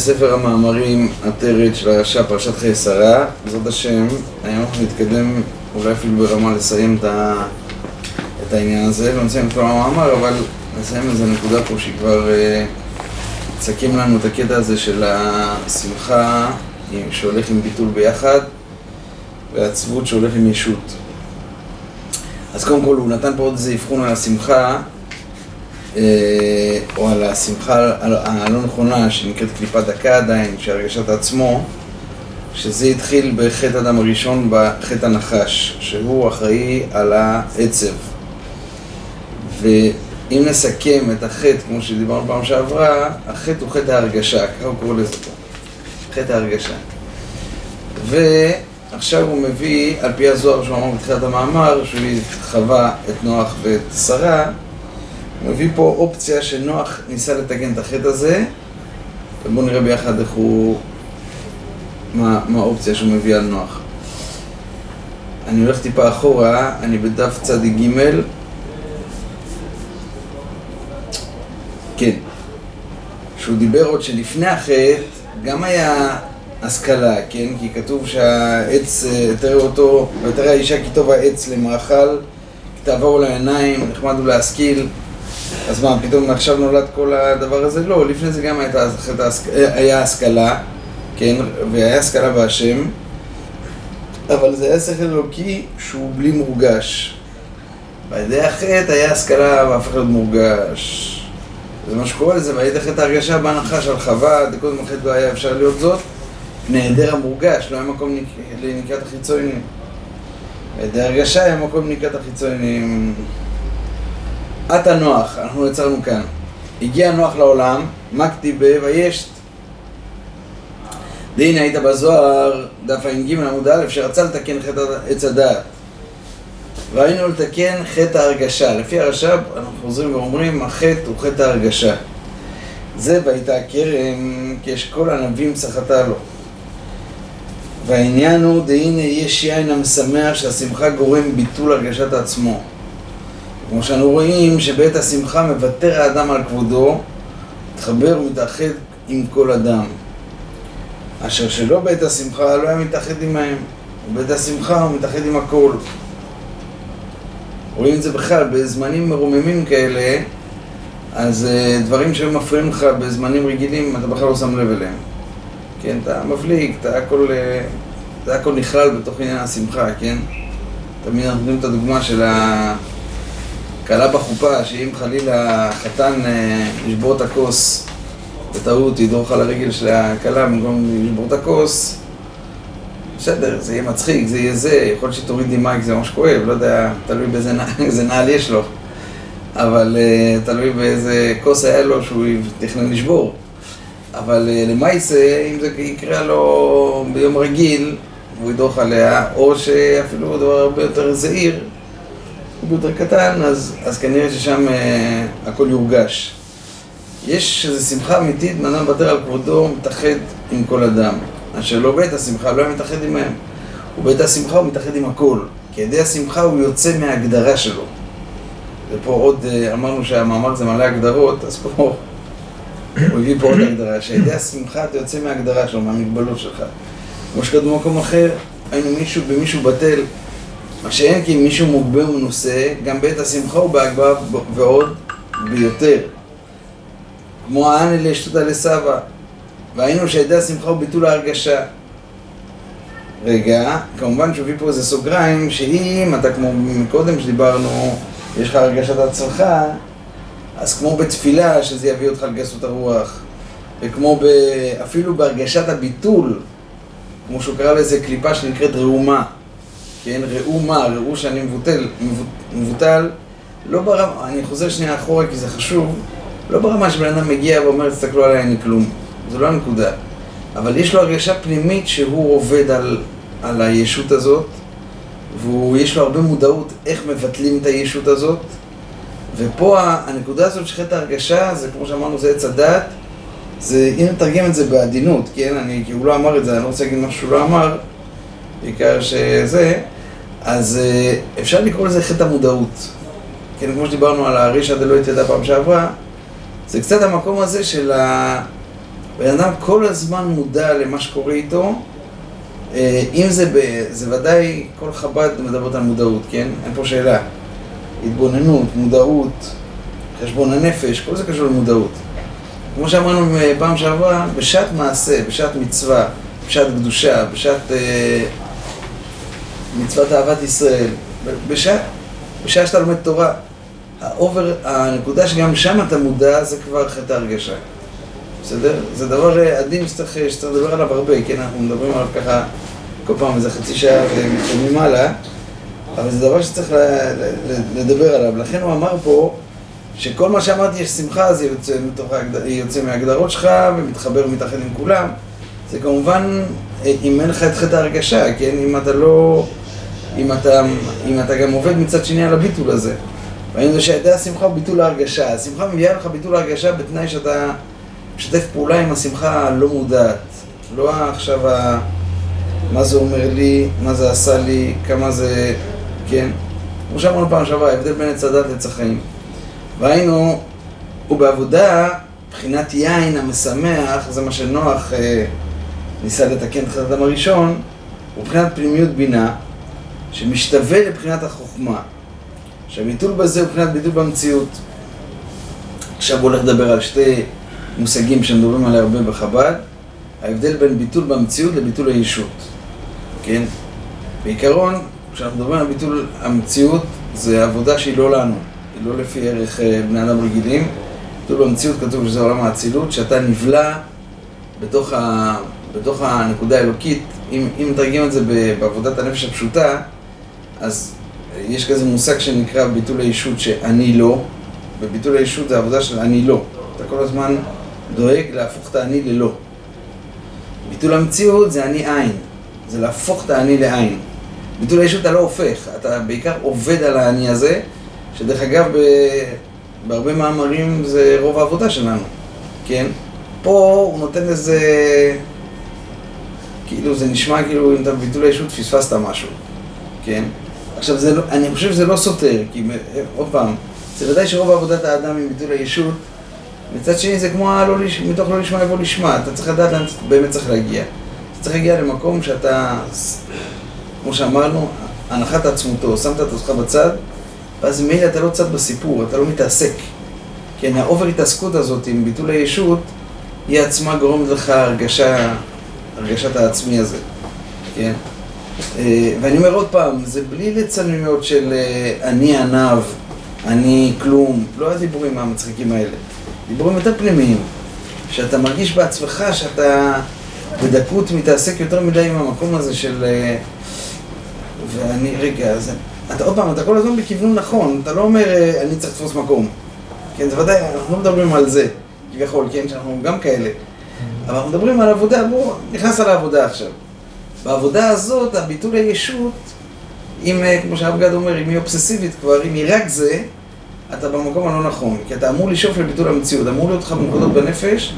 בספר המאמרים עטרת של הרש"פ, פרשת חיי שרה. בעזרת השם, היום אנחנו נתקדם אולי אפילו ברמה לסיים את העניין הזה, לא נסיים את כל המאמר, אבל נסיים איזו נקודה פה שכבר תסכם לנו את הקטע הזה של השמחה שהולך עם ביטול ביחד והעצבות שהולך עם ישות. אז קודם כל הוא נתן פה עוד איזה אבחון על השמחה, או על השמחה הלא נכונה שנקראת קליפה דקה עדיין, שהרגשת עצמו, שזה התחיל בחטא אדם הראשון, בחטא הנחש, שהוא אחראי על העצב. ואם נסכם את החטא, כמו שדיברנו פעם שעברה, החטא הוא חטא ההרגשה, ככה הוא קורא לזה פה, חטא ההרגשה. ועכשיו הוא מביא, על פי הזוהר שהוא אמר בתחילת המאמר, שהוא חווה את נוח ואת שרה, הוא מביא פה אופציה שנוח ניסה לתקן את החטא הזה, ובואו נראה ביחד איך הוא, מה האופציה שהוא מביא על נוח. אני הולך טיפה אחורה, אני בדף צדיק ג'. כן, שהוא דיבר עוד שלפני החטא גם היה השכלה, כן? כי כתוב שהעץ, תראה אותו, ותראה האישה כי טוב העץ למאכל, כי תעבור לעיניים, נחמד הוא להשכיל. אז מה, פתאום עכשיו נולד כל הדבר הזה? לא, לפני זה גם היה השכלה, כן? והיה השכלה בהשם, אבל זה היה שכל אלוקי שהוא בלי מורגש. בידי החטא היה השכלה והפך להיות מורגש. זה מה שקורה לזה, בידי החטא ההרגשה בנחש על חווה, קודם החטא לא היה אפשר להיות זאת, נהדר המורגש, לא היה מקום לניקת החיצונים. בידי הרגשה היה מקום לניקת החיצונים. עתה נוח, אנחנו יצרנו כאן. הגיע נוח לעולם, מה כתיבה וישת. והנה היית בזוהר, דף ע"ג עמוד א', שרצה לתקן חטא עץ הדעת. ראינו לתקן חטא ההרגשה. לפי הרש"ב אנחנו חוזרים ואומרים, החטא הוא חטא ההרגשה. זה והייתה הכרם, כאשכול ענבים סחטה לו. והעניין הוא, דהנה יש יין המשמח שהשמחה גורם ביטול הרגשת עצמו. כמו שאנו רואים שבעת השמחה מוותר האדם על כבודו, מתחבר ומתאחד עם כל אדם. אשר שלא בעת השמחה לא היה מתאחד עמהם, ובעת השמחה הוא מתאחד עם הכל. רואים את זה בכלל, בזמנים מרוממים כאלה, אז דברים שהיו מפריעים לך בזמנים רגילים, אתה בכלל לא שם לב אליהם. כן, אתה מבליג, זה הכל נכלל בתוך עניין השמחה, כן? תמיד אנחנו נותנים את הדוגמה של כלה בחופה, שאם חלילה חתן ישבור את הכוס בטעות, ידרוך על הרגל של הכלה במקום לשבור את הכוס, בסדר, זה יהיה מצחיק, זה יהיה זה, יכול להיות שתוריד דימייק, זה ממש כואב, לא יודע, תלוי באיזה נעל יש לו, אבל תלוי באיזה כוס היה לו שהוא תכנן לשבור. אבל למעשה, אם זה יקרה לו ביום רגיל, הוא ידרוך עליה, או שאפילו דבר הרבה יותר זהיר, יותר קטן, אז כנראה ששם הכל יורגש. יש איזו שמחה אמיתית, אדם מוותר על כבודו, מתאחד עם כל אדם. אשר לא בעת השמחה, לא היה מתאחד עמהם. ובעת השמחה הוא מתאחד עם הכל. כי ידי השמחה הוא יוצא מההגדרה שלו. ופה עוד, אמרנו שהמאמר זה מלא הגדרות, אז פה הוא הביא פה עוד הגדרה, שידי השמחה אתה יוצא מההגדרה שלו, מהמגבלות שלך. כמו שכתוב במקום אחר, היינו במישהו בטל, מה שאין כי מישהו מוגבה ומנוסה, גם בעת השמחה הוא בהגבה ועוד ביותר. כמו הענה לאשתותא לסבא, והיינו שידי השמחה הוא ביטול ההרגשה. רגע, כמובן שהביא פה איזה סוגריים, שאם אתה כמו מקודם שדיברנו, יש לך הרגשת עצמך, אז כמו בתפילה שזה יביא אותך לגסות הרוח, וכמו אפילו בהרגשת הביטול, כמו שהוא קרא לזה קליפה שנקראת ראומה, כן, ראו מה, ראו שאני מבוטל, לא ברמה, אני חוזר שנייה אחורה כי זה חשוב, לא ברמה שבן אדם מגיע ואומר, תסתכלו עליי, אני כלום, זו לא הנקודה, אבל יש לו הרגשה פנימית שהוא עובד על הישות הזאת, ויש לו הרבה מודעות איך מבטלים את הישות הזאת, ופה הנקודה הזאת שחטא ההרגשה, זה כמו שאמרנו, זה עץ הדעת, זה, אם נתרגם את זה בעדינות, כן, כי הוא לא אמר את זה, אני לא רוצה להגיד משהו שהוא לא אמר, בעיקר שזה, אז אפשר לקרוא לזה חטא המודעות. כן, כמו שדיברנו על הרישא דלא התיידע פעם שעברה, זה קצת המקום הזה של בן אדם כל הזמן מודע למה שקורה איתו, אם זה ודאי, כל חב"ד מדברת על מודעות, כן? אין פה שאלה. התבוננות, מודעות, חשבון הנפש, כל זה קשור למודעות. כמו שאמרנו פעם שעברה, בשעת מעשה, בשעת מצווה, בשעת קדושה, בשעת מצוות אהבת ישראל, בשעה שאתה לומד תורה, הנקודה שגם שם אתה מודע, זה כבר חטא הרגשה. בסדר? זה דבר עדין שצריך לדבר עליו הרבה, כן? אנחנו מדברים עליו ככה כל פעם איזה חצי שעה ומתקדמים הלאה, אבל זה דבר שצריך לדבר עליו. לכן הוא אמר פה שכל מה שאמרתי יש שמחה, זה יוצא מההגדרות שלך ומתחבר מתחת עם כולם. זה כמובן, אם אין לך את חטא הרגשה, כן? אם אתה גם עובד מצד שני על הביטול הזה. והיינו שידי השמחה הוא ביטול ההרגשה. השמחה מביאה לך ביטול ההרגשה בתנאי שאתה משתף פעולה עם השמחה הלא מודעת. לא עכשיו מה זה אומר לי, מה זה עשה לי, כמה זה, כן? כמו שאמרנו פעם שעברה, ההבדל בין עץ הדת לעץ החיים. והיינו, ובעבודה, מבחינת יין המשמח, זה מה שנוח ניסה לתקן את חטאתם הראשון, ובחינת פנימיות בינה, שמשתווה לבחינת החוכמה. שהביטול בזה הוא בחינת ביטול במציאות. עכשיו הוא הולך לדבר על שתי מושגים שמדברים עליה הרבה בחב"ד, ההבדל בין ביטול במציאות לביטול הישות. כן? בעיקרון, כשאנחנו מדברים על ביטול המציאות, זה עבודה שהיא לא לנו, היא לא לפי ערך בני אדם רגילים. ביטול במציאות כתוב שזה עולם האצילות, שאתה נבלע בתוך הנקודה האלוקית. אם מתרגם את זה בעבודת הנפש הפשוטה, אז יש כזה מושג שנקרא ביטול הישות שאני לא, וביטול הישות זה עבודה של אני לא. אתה כל הזמן דואג להפוך את האני ללא. ביטול המציאות זה אני עין, זה להפוך את האני לעין. ביטול הישות אתה לא הופך, אתה בעיקר עובד על האני הזה, שדרך אגב בהרבה מאמרים זה רוב העבודה שלנו, כן? פה הוא נותן איזה, כאילו זה נשמע כאילו אם אתה בביטול הישות פספסת משהו, כן? עכשיו אני חושב שזה לא סותר, כי עוד פעם, זה ודאי שרוב עבודת האדם עם ביטול הישות, מצד שני זה כמו מתוך לא לשמה יבוא לשמה, אתה צריך לדעת לאן באמת צריך להגיע. אתה צריך להגיע למקום שאתה, כמו שאמרנו, הנחת עצמותו, שמת את עצמך בצד, ואז מילה אתה לא צד בסיפור, אתה לא מתעסק. כן, האובר התעסקות הזאת עם ביטול הישות, היא עצמה גורמת לך הרגשת העצמי הזה. כן? ואני אומר עוד פעם, זה בלי לצלמיות של אני ענב, אני כלום, לא הדיבורים המצחיקים האלה. דיבורים יותר פנימיים, שאתה מרגיש בעצמך שאתה בדקות מתעסק יותר מדי עם המקום הזה של... ואני, רגע, אתה עוד פעם, אתה כל הזמן בכיוון נכון, אתה לא אומר אני צריך לתפוס מקום. כן, זה ודאי, אנחנו לא מדברים על זה, כביכול, כן, שאנחנו גם כאלה. אבל אנחנו מדברים על עבודה, בוא, נכנס על העבודה עכשיו. בעבודה הזאת, הביטול הישות, אם, כמו שהאבגד אומר, אם היא אובססיבית כבר, אם היא רק זה, אתה במקום הלא נכון, כי אתה אמור לשאוף לביטול המציאות, אמור להיות לך בנקודות בנפש,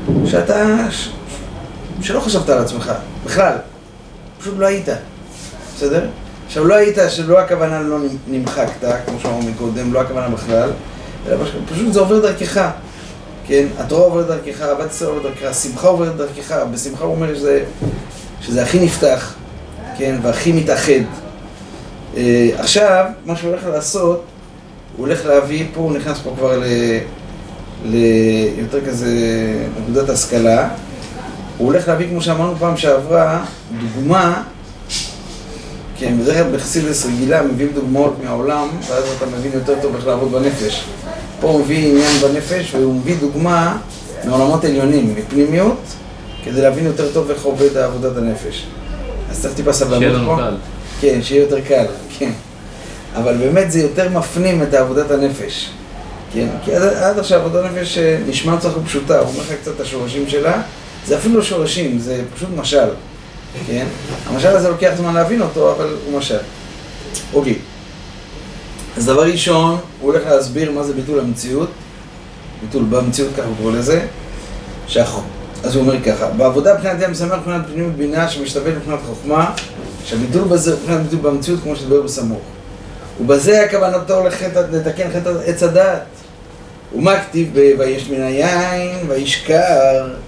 שלא חשבת על עצמך, בכלל, פשוט לא היית, בסדר? עכשיו לא היית, שלא הכוונה לא נמחקת, כמו שאמרנו מקודם, לא הכוונה בכלל, אלא פשוט זה עובר דרכך, כן? התורה עוברת דרכך, הבת ישראל עוברת דרכך, השמחה עוברת דרכך, בשמחה הוא אומר שזה הכי נפתח, כן? והכי מתאחד. עכשיו, מה שהוא הולך לעשות, הוא הולך להביא פה, הוא נכנס פה כבר ליותר כזה נקודת השכלה. הוא הולך להביא, כמו שאמרנו פעם שעברה, דוגמה, כן, בדרך כלל בחסידות רגילה מביאים דוגמאות מהעולם, ואז אתה מבין יותר טוב איך לעבוד בנפש. פה הוא מביא עניין בנפש, והוא מביא דוגמה מעולמות עליונים, מפנימיות, כדי להבין יותר טוב איך עובד עבודת הנפש. אז צריך טיפה סבלנות פה. שיהיה לנו קל. כן, שיהיה יותר קל, כן. אבל באמת זה יותר מפנים את עבודת הנפש. כן, כי עד עכשיו עבודת הנפש נשמע צורך פשוטה, הוא אומר לך קצת את השורשים שלה, זה אפילו לא שורשים, זה פשוט משל. כן? המשל הזה לוקח זמן להבין אותו, אבל הוא משל. אוקיי. אז דבר ראשון, הוא הולך להסביר מה זה ביטול המציאות. ביטול במציאות, ככה הוא קורא לזה. אז הוא אומר ככה, בעבודה מבחינת די המשמח, מבחינת פנימיות בינה שמשתווה מבחינת חוכמה, שהביטול בזה הוא מבחינת ביטול במציאות כמו שדבר בסמוך. ובזה הכוונתו לתקן חטא עץ הדעת. ומה כתיב ויש מן היין וישכר,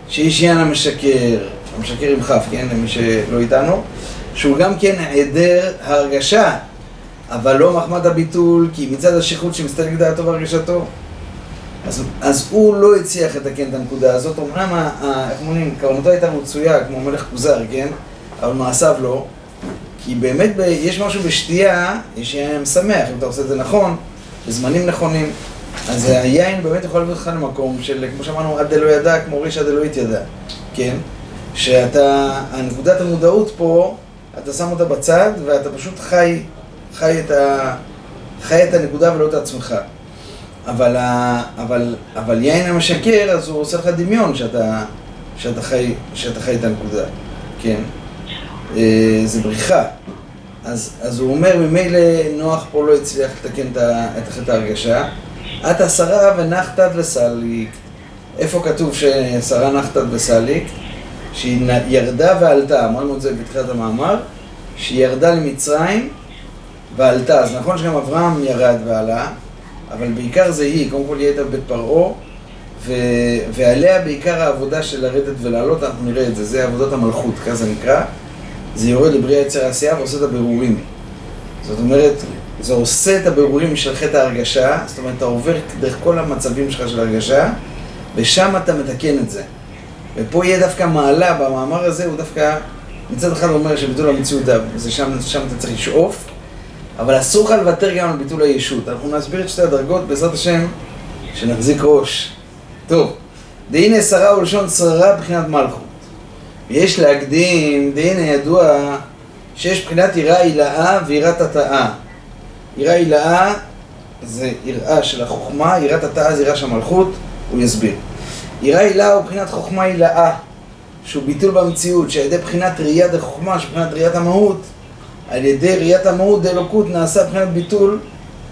שיש יין המשקר, המשקר עם כף, כן, למי שלא איתנו, שהוא גם כן היעדר הרגשה, אבל לא מחמת הביטול, כי מצד השכרות שמסתלק דעתו והרגשתו, אז הוא לא הצליח לתקן את הנקודה הזאת. אומנם, איך אומרים, כוונתו הייתה רצויה, כמו מלך כוזר, כן? אבל מעשיו לא. כי באמת יש משהו בשתייה, יש יין משמח, אם אתה עושה את זה נכון, בזמנים נכונים. אז היין באמת יכול להביא אותך למקום של, כמו שאמרנו, עד דלא ידע, כמו ריש עד דלא יתידע, כן? שאתה, הנקודת המודעות פה, אתה שם אותה בצד, ואתה פשוט חי את הנקודה ולא את עצמך. אבל יין המשקר, אז הוא עושה לך דמיון שאתה חי את הנקודה, כן? זה בריחה. אז הוא אומר, ממילא נוח פה לא הצליח לתקן את ההרגשה. את השרה ונחתת וסליק. איפה כתוב ששרה נחתת וסליק? שהיא ירדה ועלתה, אמרנו את זה בתחילת המאמר, שהיא ירדה למצרים ועלתה. אז נכון שגם אברהם ירד ועלה, אבל בעיקר זה היא, קודם כל היא הייתה בבית פרעה, ועליה בעיקר העבודה של לרדת ולעלות, אנחנו נראה את זה, זה עבודת המלכות, כך זה נקרא. זה יורד לבריאה יצר העשייה ועושה את הבירורים. זאת אומרת, זה עושה את הבירורים של חטא ההרגשה, זאת אומרת, אתה עובר דרך כל המצבים שלך של הרגשה, ושם אתה מתקן את זה. ופה יהיה דווקא מעלה, במאמר הזה הוא דווקא, מצד אחד אומר שביטול המציאות, זה שם אתה צריך לשאוף, אבל אסור לך לוותר גם על ביטול הישות. אנחנו נסביר את שתי הדרגות, בעזרת השם, שנחזיק ראש. טוב, דהנה שרה ולשון שררה בחינת מלכות. ויש להקדים, דהנה ידוע, שיש בחינת יראה הילאה ויראת התאה. יראה הילאה זה יראה של החוכמה, יראת התאה זה יראה של המלכות, הוא יסביר. יראה הילאה הוא בחינת חוכמה הילאה, שהוא ביטול במציאות, שעל ידי בחינת ראיית החוכמה, שבחינת ראיית המהות, על ידי ראיית המהות דאלוקות נעשה בחינת ביטול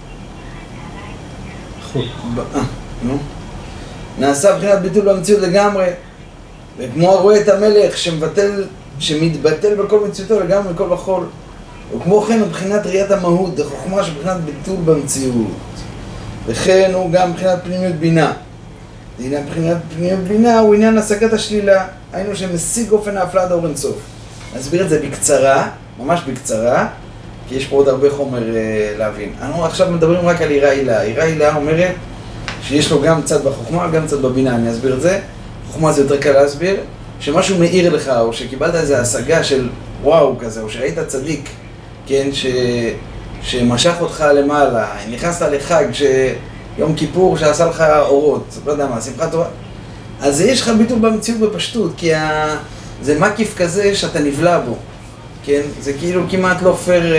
נעשה בחינת ביטול במציאות לגמרי, וכמו הרואה את המלך שמתבטל בכל מציאותו לגמרי מכל וכל, וכמו כן הוא בחינת ראיית המהות דחוכמה שבחינת ביטול במציאות, וכן הוא גם בחינת פנימיות בינה. עניין בחינת פנימיות בינה הוא עניין השגת השלילה, היינו שמשיג אופן ההפלאה עד האור אינסוף. נסביר את זה בקצרה, ממש בקצרה, כי יש פה עוד הרבה חומר להבין. אנחנו עכשיו מדברים רק על יראה הילאה. יראה הילאה אומרת שיש לו גם צד בחוכמה, גם צד בבינה, אני אסביר את זה. חוכמה זה יותר קל להסביר, שמשהו מאיר לך, או שקיבלת איזו השגה של וואו כזה, או שראית צדיק, כן, שמשך אותך למעלה, נכנסת לחג, יום כיפור שעשה לך אורות, לא יודע מה, שמחת תורה. אז יש לך ביטול במציאות בפשטות, כי זה מקיף כזה שאתה נבלע בו, כן? זה כאילו כמעט לא פייר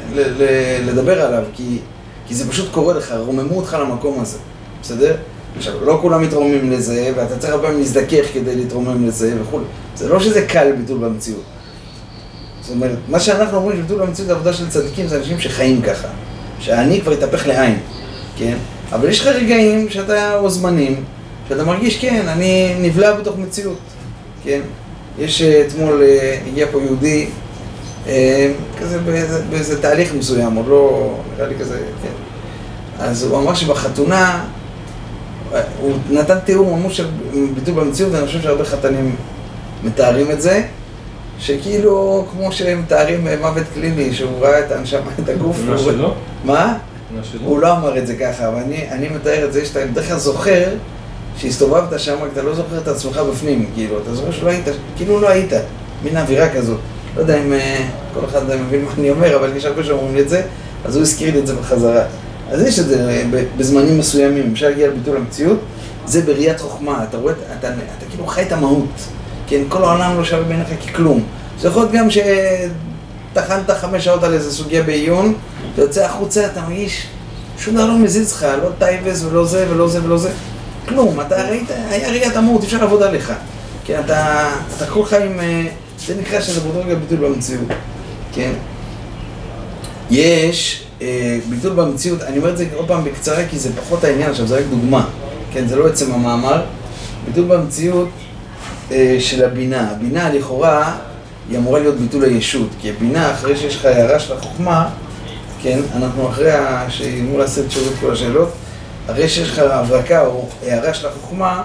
לדבר עליו, כי זה פשוט קורה לך, רוממו אותך למקום הזה, בסדר? עכשיו, לא כולם מתרוממים לזה, ואתה צריך הרבה להזדכך כדי להתרומם לזה וכו'. זה לא שזה קל ביטול במציאות. זאת אומרת, מה שאנחנו אומרים שביטול במציאות זה עבודה של צדיקים, זה אנשים שחיים ככה, שאני כבר התהפך לעין, כן? אבל יש לך רגעים או זמנים, שאתה מרגיש, כן, אני נבלע בתוך מציאות, כן? יש אתמול, הגיע פה יהודי, כזה באיזה תהליך מסוים, עוד לא, נראה לי כזה, כן. אז הוא אמר שבחתונה, הוא נתן תיאור ממש של ביטול במציאות, ואני חושב שהרבה חתנים מתארים את זה, שכאילו, כמו שהם מתארים מוות קליני, שהוא ראה את הנשמה, את הגוף. מה שלא? מה? הוא לא אמר את זה ככה, אבל אני מתאר את זה שאתה בדרך כלל זוכר שהסתובבת שם, אתה לא זוכר את עצמך בפנים, כאילו, אתה זוכר שלא היית, כאילו לא היית, מין אווירה כזאת. לא יודע אם כל אחד מבין מה אני אומר, אבל יש הרבה שאומרים לי את זה, אז הוא הזכיר לי את זה בחזרה. אז יש את זה בזמנים מסוימים, אפשר להגיע לביטול המציאות, זה בראיית חוכמה, אתה רואה, אתה כאילו חי את המהות, כן, כל העולם לא שווה בעיניך ככלום. זה יכול להיות גם שטחנת 5 שעות על איזה סוגיה בעיון, אתה יוצא החוצה, אתה מרגיש, שום דבר לא מזיז לך, לא טייבס ולא זה ולא זה ולא זה, כלום, אתה ראית, היה ראיית המהות, אפשר לעבוד עליך, כן, אתה כל חיים, זה נקרא שזה באותו רגע ביטול במציאות, כן. יש ביטול במציאות, אני אומר את זה עוד פעם בקצרה כי זה פחות העניין, עכשיו זה רק דוגמה, כן, זה לא עצם המאמר. ביטול במציאות של הבינה, הבינה לכאורה היא אמורה להיות ביטול הישות, כי הבינה אחרי שיש לך הערה של החוכמה, כן, אנחנו אחרי שיגמרו לעשות תשובות כל השאלות, אחרי שיש לך הברקה או הערה של החוכמה,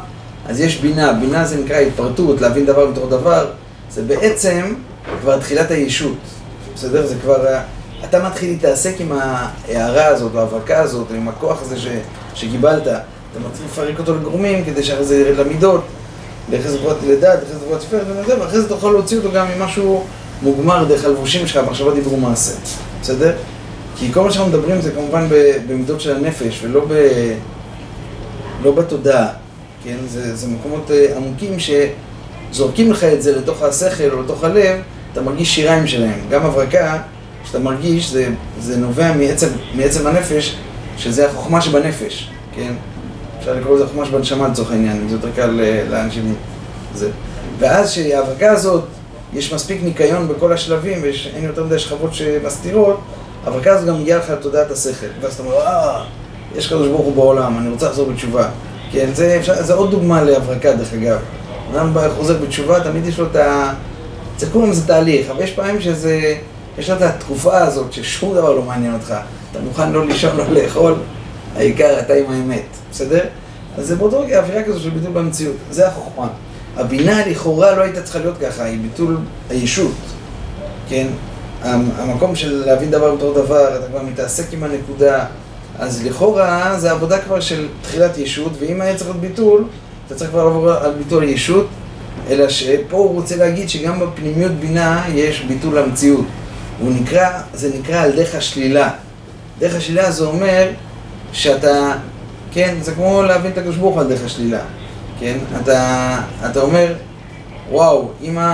אז יש בינה, בינה זה נקרא התפרטות, להבין דבר בתור דבר, זה בעצם כבר תחילת הישות, בסדר? זה כבר, אתה מתחיל להתעסק עם ההערה הזאת, ההברקה הזאת, עם הכוח הזה שקיבלת, אתה מתחיל לפרק אותו לגורמים כדי שאחרי זה ירד למידות, לאחרי זה תבואת לדעת, לאחרי זה תבואת תפארת וזה, ואחרי זה תוכל להוציא אותו גם ממשהו מוגמר דרך הלבושים שלך, מחשבה דיבור מעשה, בסדר? כי כל מה שאנחנו מדברים זה כמובן במידות של הנפש ולא לא בתודעה, כן? זה מקומות עמוקים שזורקים לך את זה לתוך השכל או לתוך הלב, אתה מרגיש שיריים שלהם. גם הברקה, שאתה מרגיש, זה נובע מעצם הנפש, שזה החוכמה שבנפש, כן? אפשר לקרוא לזה חוכמה שבנשמה לצורך העניין, זה יותר קל לאנשים זה. ואז שההברקה הזאת, יש מספיק ניקיון בכל השלבים, ואין יותר מדי שכבות שמסתירות, ההברקה הזאת גם מגיעה לך לתודעת השכל. ואז אתה אומר, יש קדוש ברוך הוא בעולם, אני רוצה לחזור בתשובה. כן, זה עוד דוגמה להברקה דרך אגב. אדם חוזר בתשובה, תמיד יש לו את זה כולם זה תהליך, אבל יש פעמים יש לו את התקופה הזאת ששום דבר לא מעניין אותך. אתה מוכן לא לישון, לא לאכול, העיקר אתה עם האמת, בסדר? אז זה באותו רגע אווירה כזו של ביטול במציאות, זה החוכמה. הבינה לכאורה לא הייתה צריכה להיות ככה, היא ביטול הישות, כן? המקום של להבין דבר בתור דבר, אתה כבר מתעסק עם הנקודה, אז לכאורה זה עבודה כבר של תחילת ישות, ואם היה צריך להיות ביטול, אתה צריך כבר לעבור על ביטול הישות, אלא שפה הוא רוצה להגיד שגם בפנימיות בינה יש ביטול המציאות. זה נקרא על דרך השלילה. דרך השלילה זה אומר שאתה, כן, זה כמו להבין את הקדוש ברוך הוא על דרך השלילה. כן, אתה אומר, וואו,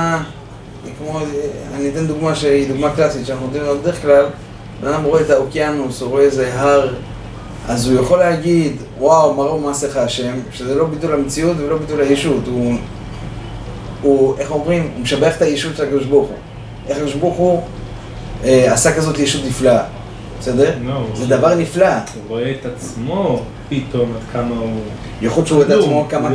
אני אתן דוגמה שהיא דוגמה קלאסית, שאנחנו נותנים לה בדרך כלל, בן אדם רואה את האוקיינוס, הוא רואה איזה הר, אז הוא יכול להגיד, וואו, מראה מעשיך השם, שזה לא ביטול המציאות ולא ביטול הישות, איך אומרים? הוא משבח את הישות של הקדוש ברוך הוא. איך הקדוש ברוך הוא עשה כזאת ישות נפלאה, בסדר? זה דבר נפלא. הוא רואה את עצמו פתאום עד כמה הוא... יכול להיות שהוא רואה את עצמו כמה